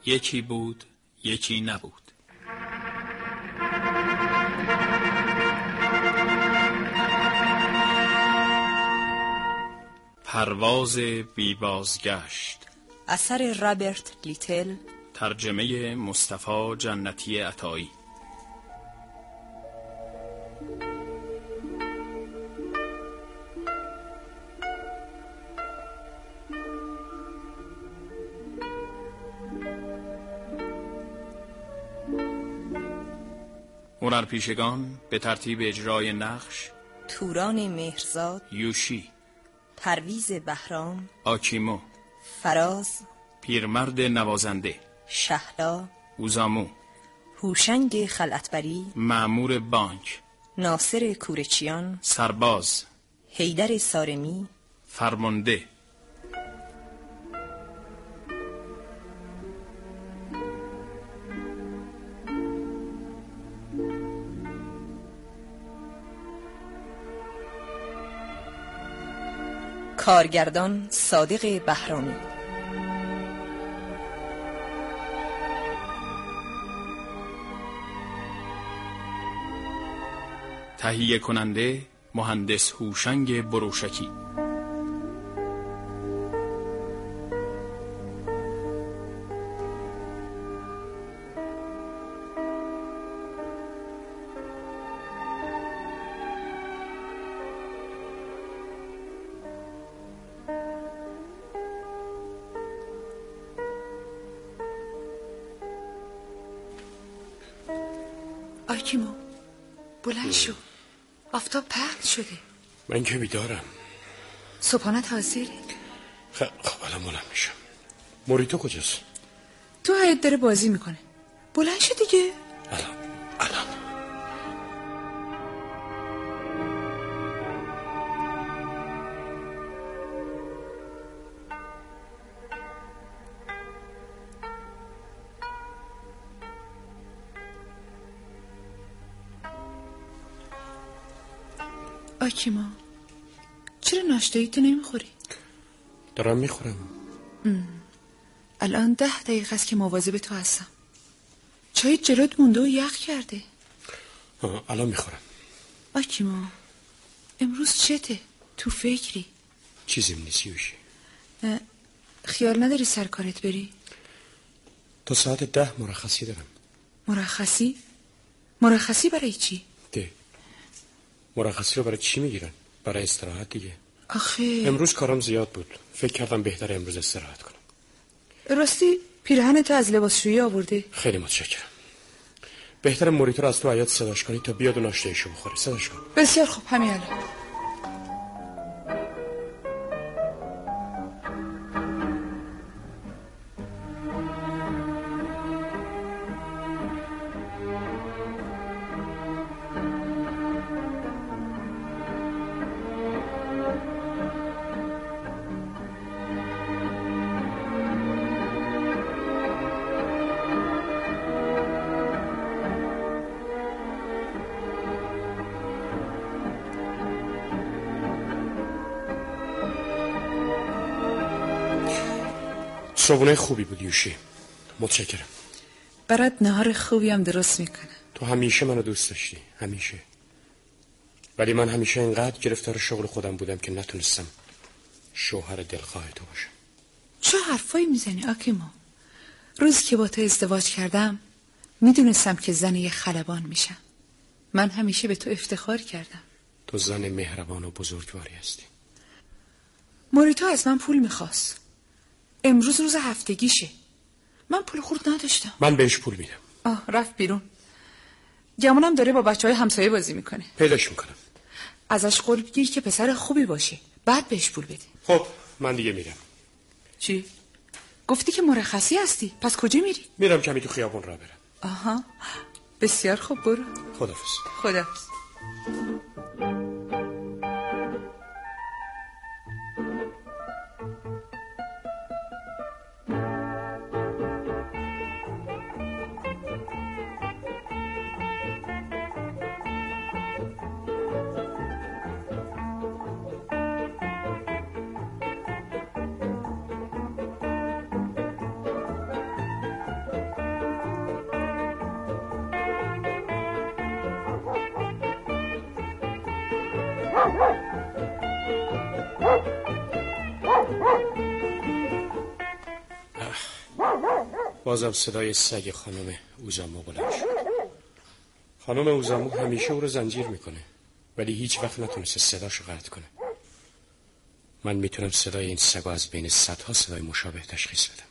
یکی بود یکی نبود. پرواز بی بازگشت، اثر رابرت لیتل، ترجمه مصطفی جنتی عطایی. هنرپیشگان به ترتیب اجرای نقش: توران مهرزاد، یوشی، پرویز بهرام، آکیمو، فراز، پیرمرد نوازنده، شهلا، اوزامو، هوشنگ خلعتبری، مأمور بانک، ناصر کورچیان، سرباز، حیدر سارمی، فرمانده. کارگردان صادق بهرامی. تهیه کننده مهندس هوشنگ بروشکی. آکیمو بلند شو، آفتاب پهن شده. من که بیدارم. صبحانه تازیره. خب الان بلند میشم. موریتو کجاست؟ تو حیاط داره بازی میکنه. بلند شو دیگه. الان آکیما چرا ناشتاییتو نمیخوری؟ دارم میخورم. الان 10 دقیقه است که مواظب تو هستم. چای جلوت مونده و یخ کرده. الان میخورم. آکیما امروز چته؟ تو فکری؟ چیزیم نیست یوشی. خیال نداری سر کارت بری؟ تا ساعت 10 مرخصی دارم. مرخصی؟ مرخصی برای چی؟ مرخصی رو برای چی میگیرن؟ برای استراحت دیگه. آخه امروز کارم زیاد بود. فکر کردم بهتره امروز استراحت کنم. راستی پیراهن تو از لباسشویی آورده؟ خیلی متشکرم. بهتره موریتو رو از تو حیاط صداش کنی تا بیاد و ناشتاییشو بخوره. صداش کن. بسیار خوب، همین الان. صبحونه خوبی بود یوشی. متشکرم. برات نهار خوبی هم درست میکنه. تو همیشه منو دوست داشتی، همیشه. ولی من همیشه اینقدر گرفتار شغل خودم بودم که نتونستم شوهر دلخواه تو باشم. چه حرفایی میزنی آکیما؟ روزی که با تو ازدواج کردم میدونستم که زن یه خلبان میشم. من همیشه به تو افتخار کردم. تو زن مهربان و بزرگواری هستی. موریتو از من پول میخواست. امروز روز هفتگیشه. من پول خورد نداشتم. من بهش پول میدم. رفت بیرون. گمونم داره با بچهای همسایه بازی میکنه. پیداش میکنم. ازش قول بگیر که پسر خوبی باشه، بعد بهش پول بده. خب من دیگه میرم. چی؟ گفتی که مرخصی هستی، پس کجا میری؟ میرم کمی تو خیابون را برم. بسیار خوب، برو. خداحافظ. خداحافظ. بازم صدای سگ خانم اوزامو بلند شد. خانم اوزامو همیشه او رو زنجیر میکنه ولی هیچ وقت نتونسته صداشو قطع کنه. من میتونم صدای این سگو از بین صدها صدای مشابه تشخیص بدم.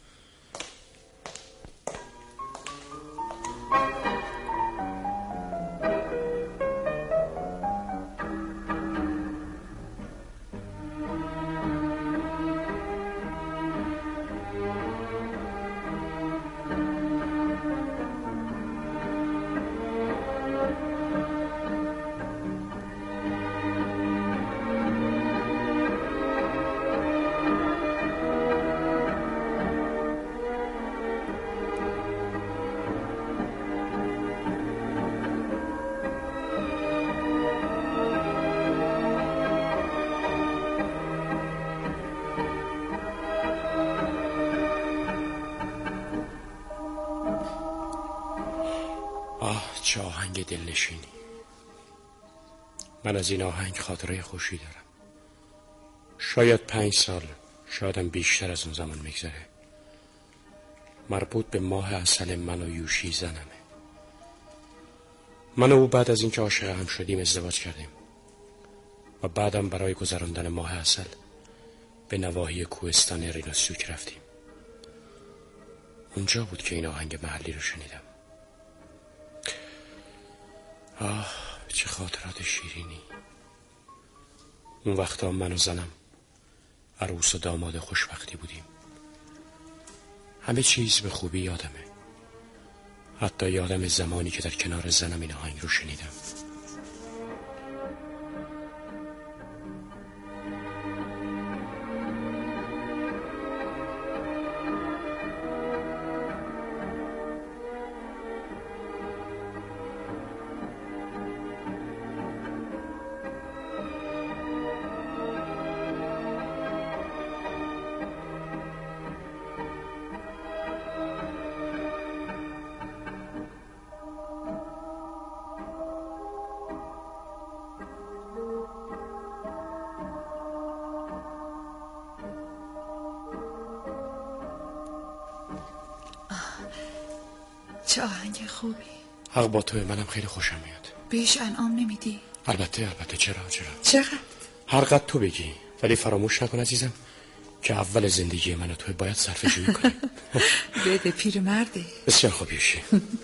چه آهنگ دلنشینی. من از این آهنگ خاطره خوشی دارم. شاید 5 سال، شایدم بیشتر از اون زمان میگذره. مربوط به ماه عسل من و یوشی زنمه. من و او بعد از اینکه عاشق هم شدیم ازدواج کردیم و بعدم برای گذراندن ماه عسل به نواحی کوهستان رینوسوک رفتیم. اونجا بود که این آهنگ محلی رو شنیدم. چه خاطرات شیرینی. اون وقتا من و زنم عروس و داماد خوشبختی بودیم. همه چیز به خوبی یادمه. حتی یادم زمانی که در کنار زنم این آهنگ رو شنیدم. چه آهنگ خوبی. حق با توی، منم خیلی خوشم میاد. بهش انعام نمیدی؟ البته چرا چقدر؟ هر قد تو بگی، ولی فراموش نکن عزیزم که اول زندگی من و توی باید صرفه جویی کنیم. بده پیر مرده. بسیار خوب یوشی.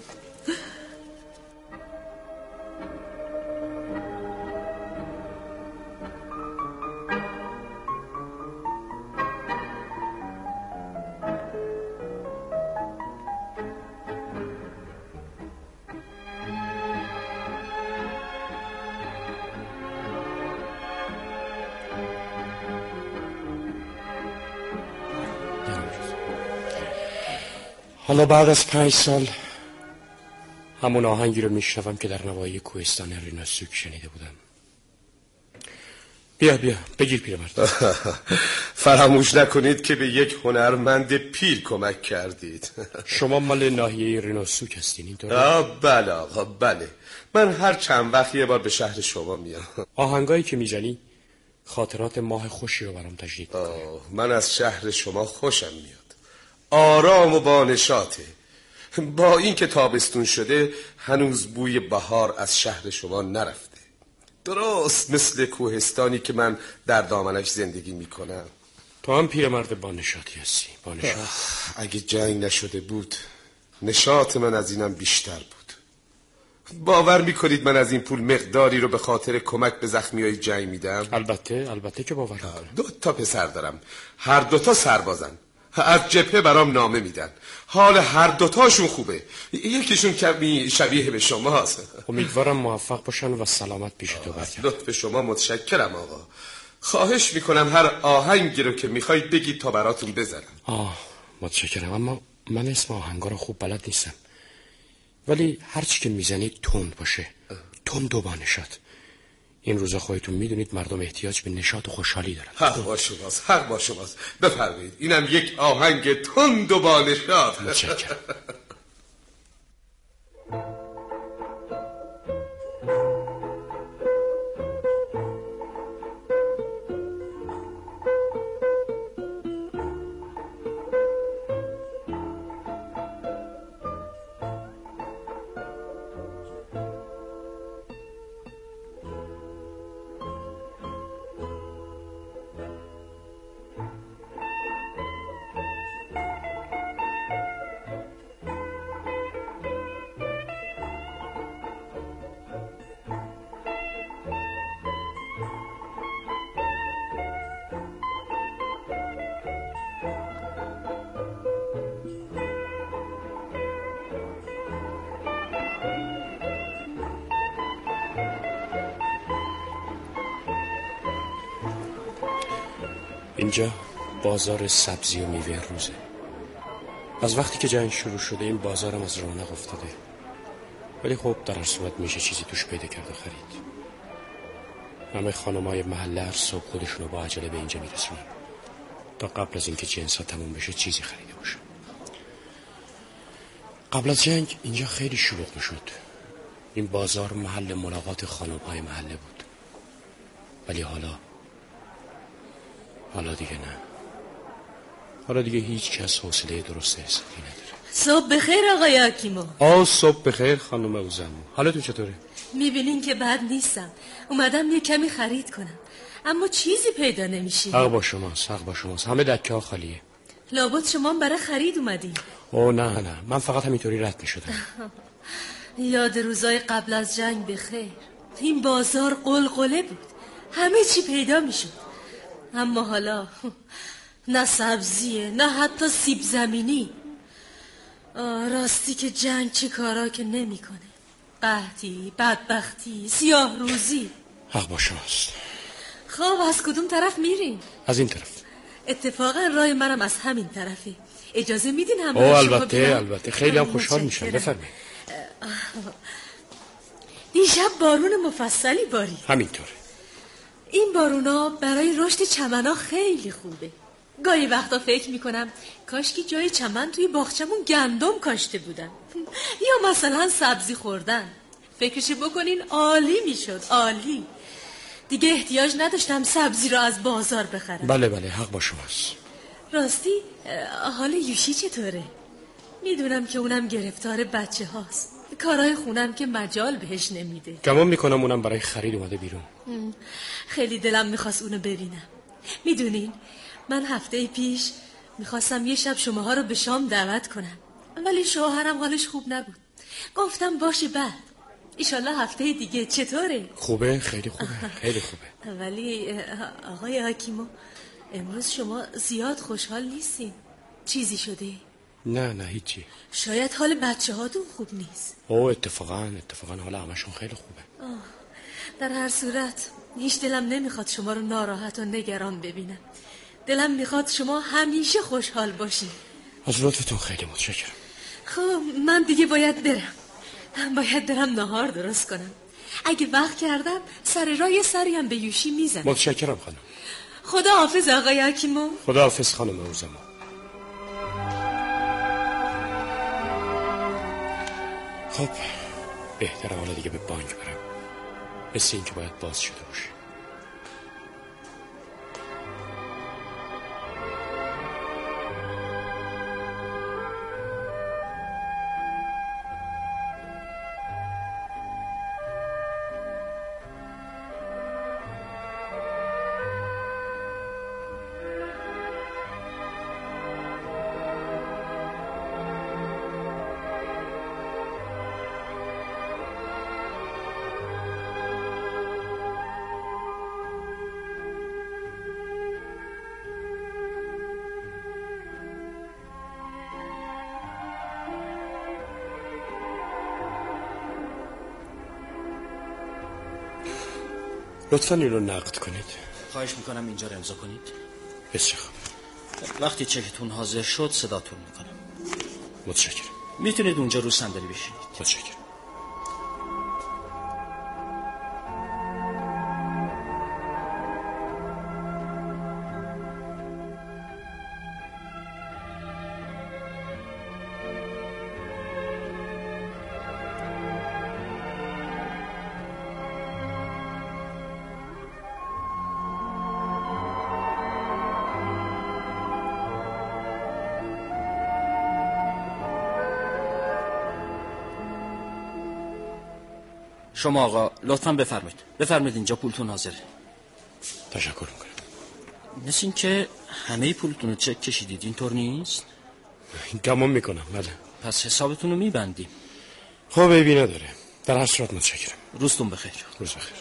حالا بعد از 5 سال همون آهنگی رو میشنوم که در نواحی کوهستان رینوسوک شنیده بودم. بیا بگیر پیرمرد. فراموش نکنید که به یک هنرمند پیر کمک کردید. شما مال ناحیه رینوسوک هستین اینطوره؟ بله آقا، بله. من هر چند وقت یه بار به شهر شما میام. آهنگایی که میزنی خاطرات ماه خوشی رو برام تجدید میکنه. من از شهر شما خوشم میاد. آرام و بانشاته. با این که تابستون شده هنوز بوی بهار از شهر شما نرفته. درست مثل کوهستانی که من در دامنش زندگی میکنم. تو هم پیرمرد بانشاتی هستی. بانشات اگه جنگ نشده بود نشاط من از اینم بیشتر بود. باور میکنید من از این پول مقداری رو به خاطر کمک به زخمیای جنگ میدم؟ البته که باور میکنم. 2 پسر دارم، هر 2 سربازن. از جبهه برام نامه میدن. حال هر 2 خوبه. یکیشون کمی شبیه به شماست. امیدوارم موفق باشن و سلامت پیش تو برگردن. لطف شما متشکرم آقا. خواهش میکنم هر آهنگی رو که میخواید بگید تا براتون بزنم. متشکرم، اما من اسم آهنگا رو خوب بلد نیستم. ولی هرچی که میزنید تند باشه. تند و بانشات. این روزا خودتون میدونید مردم احتیاج به نشاط و خوشحالی دارن. حق با شماست. بفرمایید. اینم یک آهنگ تند و بانشات. متشکرم. اینجا بازار سبزی و میوه روزه. از وقتی که جنگ شروع شده این بازارم از رونق افتاده، ولی خب در هر صورت میشه چیزی توش پیدا کرد و خرید. همه خانمای محله هر صبح خودشونو با عجله به اینجا میرسونن تا قبل از اینکه جنسا تموم بشه چیزی خریده باشه. قبل از جنگ اینجا خیلی شلوغ میشد. این بازار محل ملاقات خانم‌های محله بود، ولی حالا دیگه نه. حالا دیگه هیچ کس حوصله درست حسابی نداره. صبح بخیر آقای آکیمو. صبح بخیر خانم اوزمو. حالتون چطوره؟ میبینین که بد نیستم. اومدم یه کمی خرید کنم، اما چیزی پیدا نمیشه. حق با شماست. همه دکه ها خالیه. لابد شما برای خرید اومدین. نه، من فقط همینطوری رد میشدم. یاد روزای قبل از جنگ بخیر. این بازار قلقله بود، همه چی پیدا میشد. اما حالا نه سبزیه نه حتی سیب زمینی. راستی که جنگ چه کارا که نمیکنه. قحطی، بدبختی، سیاه روزی. حق با شماست. خب از کدوم طرف میرین؟ از این طرف. اتفاقا راه منم از همین طرفه. اجازه میدین همراه شما بیام؟ البته خیلی هم خوشحال میشم. بفرمایید. دیشب بارون مفصلی بارید. همینطوره. این بارونا برای رشد چمنا خیلی خوبه. گاهی وقتا فکر میکنم کاش که جای چمن توی باغچمون گندم کاشته بودن یا مثلا سبزی خوردن. فکرش بکنین عالی میشد، عالی. دیگه احتیاج نداشتم سبزی رو از بازار بخرم. بله حق با شماست. راستی حال یوشی چطوره؟ میدونم که اونم گرفتار بچه هاست، کارهای خونم که مجال بهش نمیده. گمان میکنم اونم برای خرید اومده بیرون. خیلی دلم میخواست اونو ببینم. میدونین من هفته پیش میخواستم یه شب شماها رو به شام دعوت کنم، ولی شوهرم حالش خوب نبود. گفتم باشه بعد ایشالله هفته دیگه. چطوره؟ خوبه، خیلی خوبه. ولی آقای حکیمو امروز شما زیاد خوشحال نیستین. چیزی شده؟ نه هیچی. شاید حال بچه هاتون خوب نیست. اتفاقا حال همشون خیلی خوبه. در هر صورت هیچ دلم نمیخواد شما رو ناراحت و نگران ببینم. دلم میخواد شما همیشه خوشحال باشین. از لطفتون خیلی متشکرم. خب من دیگه باید برم نهار درست کنم. اگه وقت کردم سر راه یه سری هم به یوشی میزنم. متشکرم خانم. خدا حافظ آقای حکیمو. خدا حافظ خانم اوزمو. خب بهتره حالا دیگه به بانک برم. مثل این که باید باز شده باشه. لطفاً این رو نقد کنید. خواهش میکنم اینجا رو امضا کنید. بسیار خوب. وقتی چکتون حاضر شد صداتون میکنم. متشکرم. میتونید اونجا رو صندلی بشینید. متشکرم. شما آقا لطفاً بفرمایید اینجا پولتون حاضره. تشکر میکنم. مثل این که همه پولتون رو چک کشیدید، اینطور نیست؟ گمان میکنم بله. پس حسابتون رو میبندیم. خب عیبی نداره. در هر صورت متشکرم. روزتون بخیر. روز بخیر.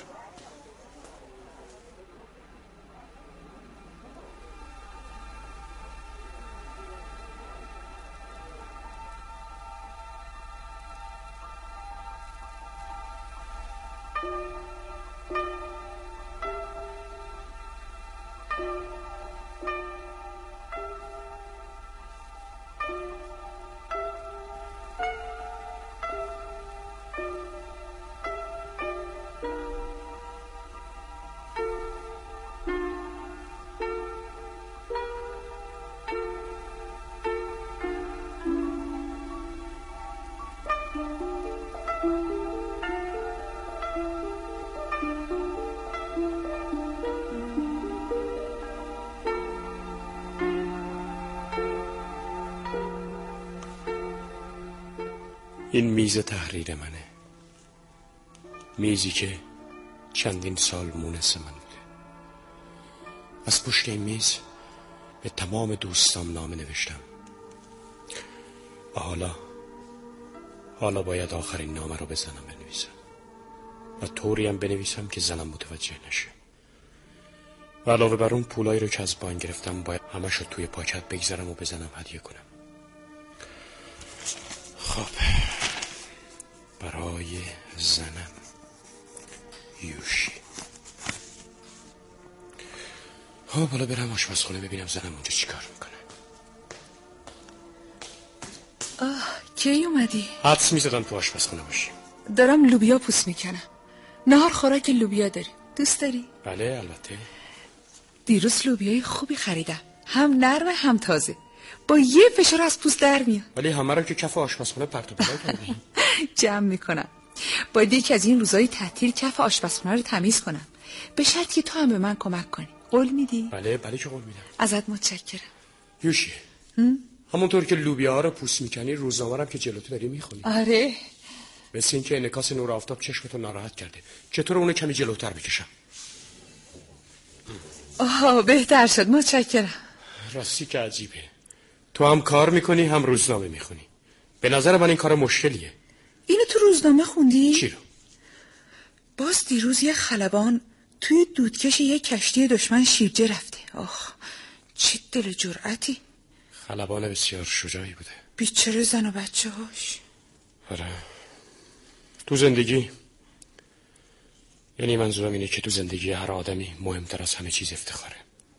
این میز تحریر منه، میزی که چندین سال مونس من بوده. از پشت این میز به تمام دوستام نامه نوشتم و حالا باید آخرین نامه رو به زنم بنویسم و طوری هم بنویسم که زنم متوجه نشه. و علاوه بر اون پولایی رو که از بانک گرفتم باید همش رو توی پاکت بگذارم و به زنم هدیه کنم. خب، برای زنم یوشی. خب حالا برم آشپزخونه ببینم زنم اونجا چی کار میکنه. کی اومدی؟ حدس میزدم تو آشپزخونه باشی. دارم لوبیا پوست میکنم. نهار خوراک لوبیا داری؟ دوست داری؟ بله البته. دیروز لوبیای خوبی خریدم، هم نرم هم تازه، با یه فشار از پوست در میاد. ولی همه رو که کف آشپزخونه پرت و پلا کردی. جمع میکنم. باید یکی از این روزهای تعطیل کف آشپزخونه رو تمیز کنم، به شرطی که تو هم به من کمک کنی. قول میدی؟ بله که قول میدم. ازت متشکرم. یوشی، همونطور که لوبیا ها رو پوست میکنی روزنامه رو که جلوتو داری میخونی. آره. مثل این که انعکاس نور آفتاب چشمتو ناراحت کرده. چطور اونو کمی جلوتر بکشم؟ بهتر شد، متشکرم. راستی که عجیبه، تو هم کار میکنی هم روزنامه میخونی. به نظر من این کار مشکلیه. اینو تو روزنامه خوندی؟ چی رو؟ باز دیروز یه خلبان توی دودکش یه کشتی دشمن شیرجه رفته. چه دل جرأتی. خلبان بسیار شجاعی بوده. بیچاره زن و بچه هاش. آره، تو زندگی، یعنی منظورم اینه که تو زندگی هر آدمی مهمتر از همه چیز افتخاره.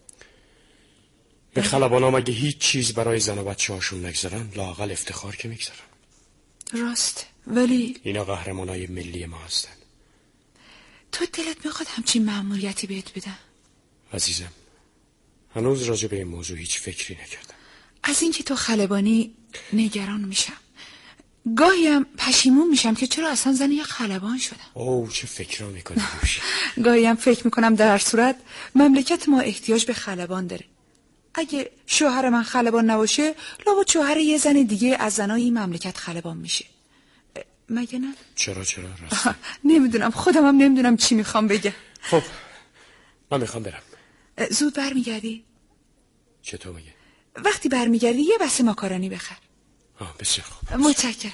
به خلبان ها مگه هیچ چیز برای زن و بچه هاشون نگذارن، لااقل افتخار که میگذارن. راست، ولی اینا قهرمانای ملی ما هستن. تو دلت میخواد همچین مأموریتی بهت بدم؟ عزیزم، هنوز راجع به این موضوع هیچ فکری نکردم. از اینکه تو خلبانی نگران میشم، گاهی هم پشیمون میشم که چرا اصلا زن یه خلبان شدم. چه فکرها میکنی یوشی؟ گاهی هم فکر میکنم در صورت مملکت ما احتیاج به خلبان داره. اگه شوهر من خلبان نباشه، لابد شوهر یه زن دیگه از زنای این مملکت خلبان میشه. مگه نه؟ چرا راست؟ نمیدونم، خودم هم نمیدونم چی میخوام بگم. خب من میخوام برم. زود برمیگردی؟ چطور میگه؟ وقتی برمیگردی یه بسته ماکارونی بخر. بسیار خوب. متشکرم.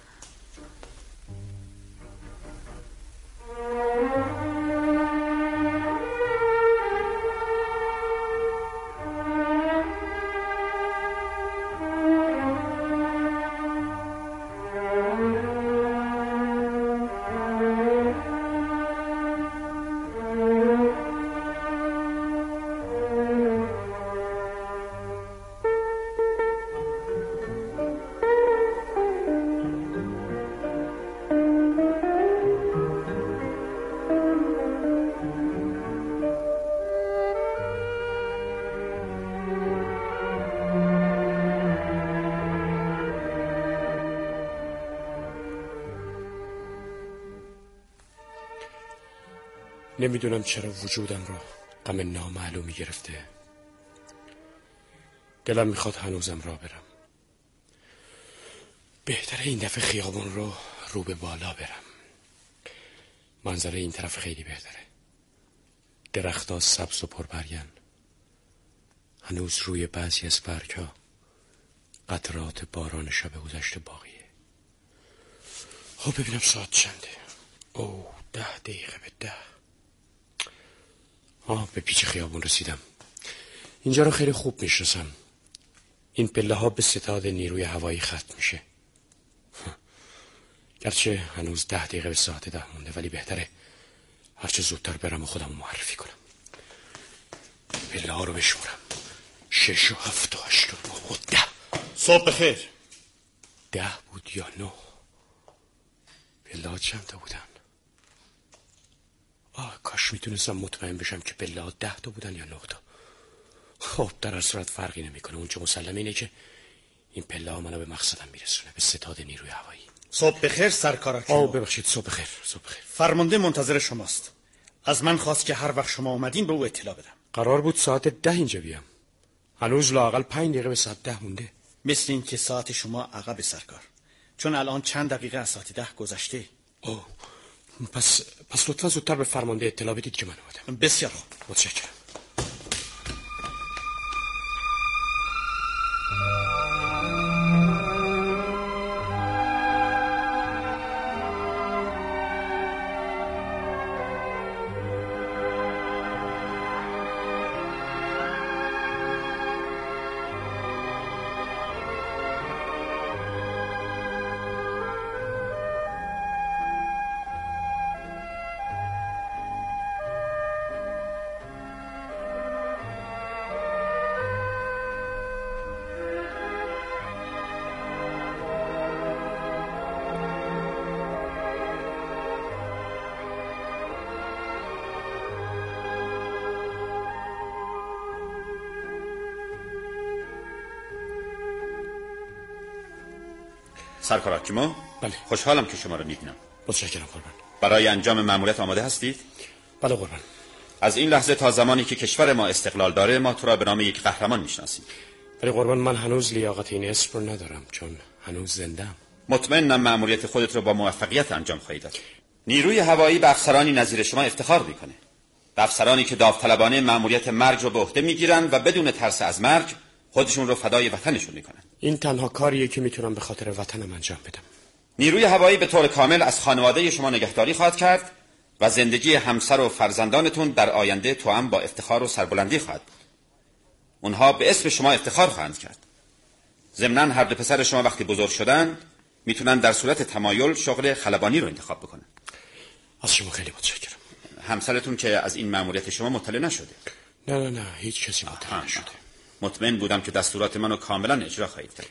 نمیدونم چرا وجودم رو غم نامعلومی گرفته. دلم میخواد هنوزم راه برم. بهتره این دفعه خیابون رو به بالا برم. منظره این طرف خیلی بهتره. درخت‌ها سبز و پربرگن. هنوز روی بعضی از برگ‌ها قطرات باران شب گذشته باقیه. خب ببینم ساعت چنده. 10 دقیقه به 10. به پیچ خیابون رسیدم. اینجا رو خیلی خوب میشناسم. این پله ها به ستاد نیروی هوایی ختم میشه. گرچه هنوز 10 دقیقه به ساعت 10 مونده، ولی بهتره هرچه زودتر برم و خودم معرفی کنم. پله ها رو بشمورم. 6 و 7 و 8 و 9 و 10. صبح بخیر. 10 بود یا 9؟ پله ها چند تا بودن؟ کاش میتونستم مطمئن بشم که پله ها 10 تا بودن یا 9 تا. خب در هر صورت فرقی نمیکنه. اون چه مسلمه اینه که این پله ها منو به مقصدم میرسونه، به ستاد نیروی هوایی. صبح بخیر سرکار حکیم. ببخشید. صبح بخیر. فرمانده منتظر شماست. از من خواست که هر وقت شما اومدین به او اطلاع بدم. قرار بود ساعت 10 اینجا بیام. هنوز لااقل 5 دقیقه به ساعت 10 مونده. مثل این که ساعت شما عقب سرکار. چون الان چند دقیقه از ساعت 10 گذشته. اوه، پس لطفا زودتر به فرمانده اطلاع بدید که من اومدم. بسیار خوب. متشکرم. سرکار آکیمو، بله. خوشحالم که شما رو میبینم. متشکرم قربان. برای انجام مأموریت آماده هستید؟ بله قربان. از این لحظه تا زمانی که کشور ما استقلال داره ما تو را به نام یک قهرمان میشناسیم. ولی قربان من هنوز لیاقت این اسم رو ندارم چون هنوز زنده‌ام. مطمئنم مأموریت خودت رو با موفقیت انجام خواهی داد. نیروی هوایی به افسرانی نظیر شما افتخار میکنه. به افسرانی که داوطلبانه مأموریت مرگ رو به عهده میگیرن و بدون ترس از مرگ خودشون رو فدای وطنشون میکنن. این تنها کاریه که میتونم به خاطر وطنم انجام بدم. نیروی هوایی به طور کامل از خانواده شما نگهداری خواهد کرد و زندگی همسر و فرزندانتون در آینده توأم با افتخار و سربلندی خواهد بود. اونها به اسم شما افتخار خواهند کرد. ضمناً هر دو پسر شما وقتی بزرگ شدن میتونن در صورت تمایل شغل خلبانی رو انتخاب بکنن. از شما خیلی متشکرم. همسرتون که از این مأموریت شما مطلع نشده؟ نه هیچ کسی مطلع نشده. مطمئن بودم که دستورات منو کاملا اجرا خواهید کرد.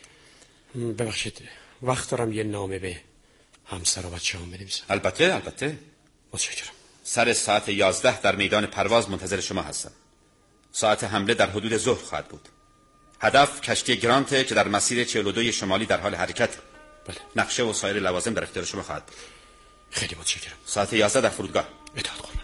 ببخشید وقت دارم یه نامه به همسر و بچه‌ام بنویسم؟ البته. متشکرم. سر ساعت 11 در میدان پرواز منتظر شما هستم. ساعت حمله در حدود ظهر خواهد بود. هدف کشتی گرانت که در مسیر 42 شمالی در حال حرکت. بله. نقشه و سایر لوازم در اختیار شما خواهد بود. خیلی متشکرم. ساعت 11 در فرودگاه. اطاعت قربان.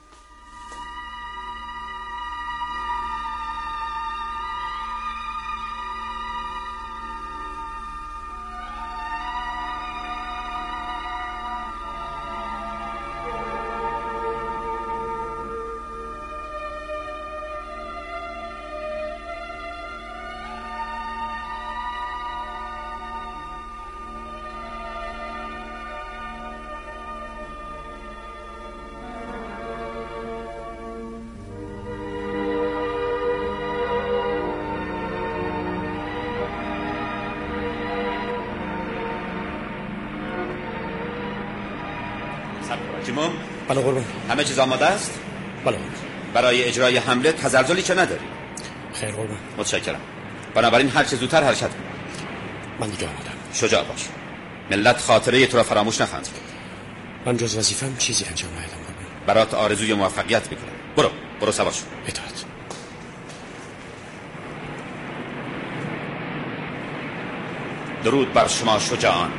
آکیمو، بله قربان. همه چیز آماده است؟ بله قربان. برای اجرای حمله تزلزلی چه نداری؟ خیر قربان. متشکرم. بنابراین هر چه زودتر حرکت کن. من دیگه آمادم. شجاع باش. ملت خاطره تو را فراموش نخواهند کرد. من جز وظیفه‌ام چیزی انجام ندادم قربان. برات آرزوی موفقیت میکنم. برو سوار شو. اطاعت. درود بر شما شجاعان.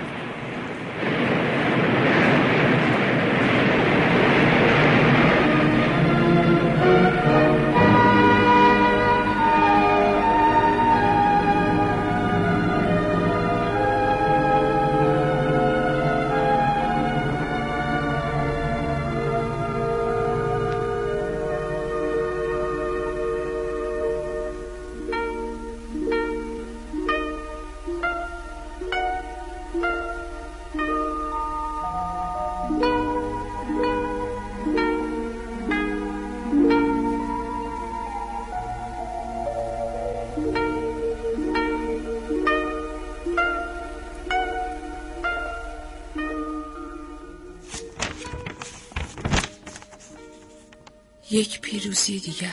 یک پیروزی دیگر.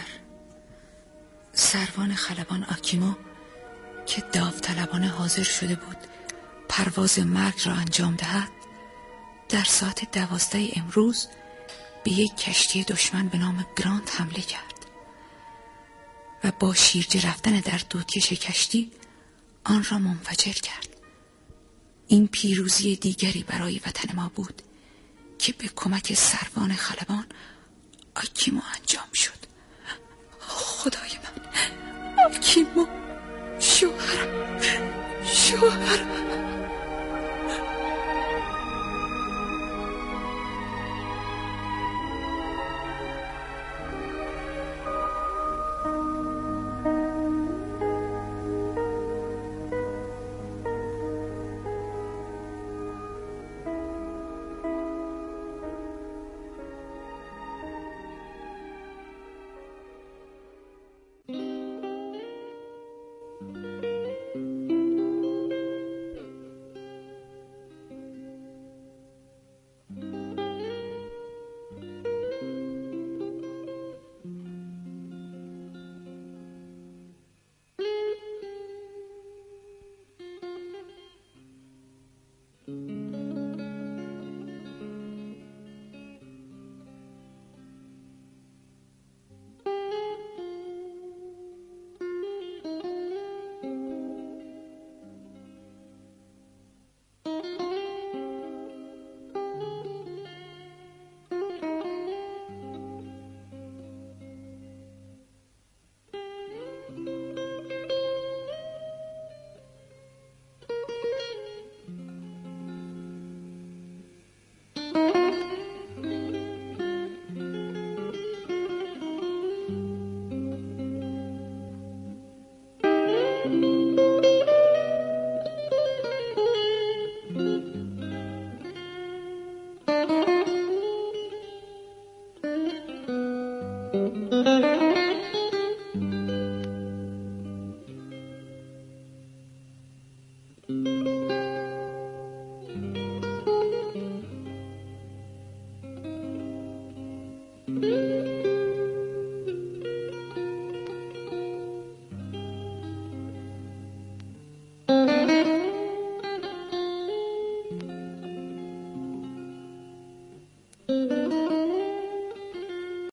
سروان خلبان آکیمو که داوطلبانه حاضر شده بود پرواز مرگ را انجام دهد در ساعت 12 امروز به یک کشتی دشمن به نام گرانت حمله کرد و با شیرجه رفتن در دودکش کشتی آن را منفجر کرد. این پیروزی دیگری برای وطن ما بود که به کمک سروان خلبان آکیمو انجام شد. خدای من، آکیمو، شوهرم.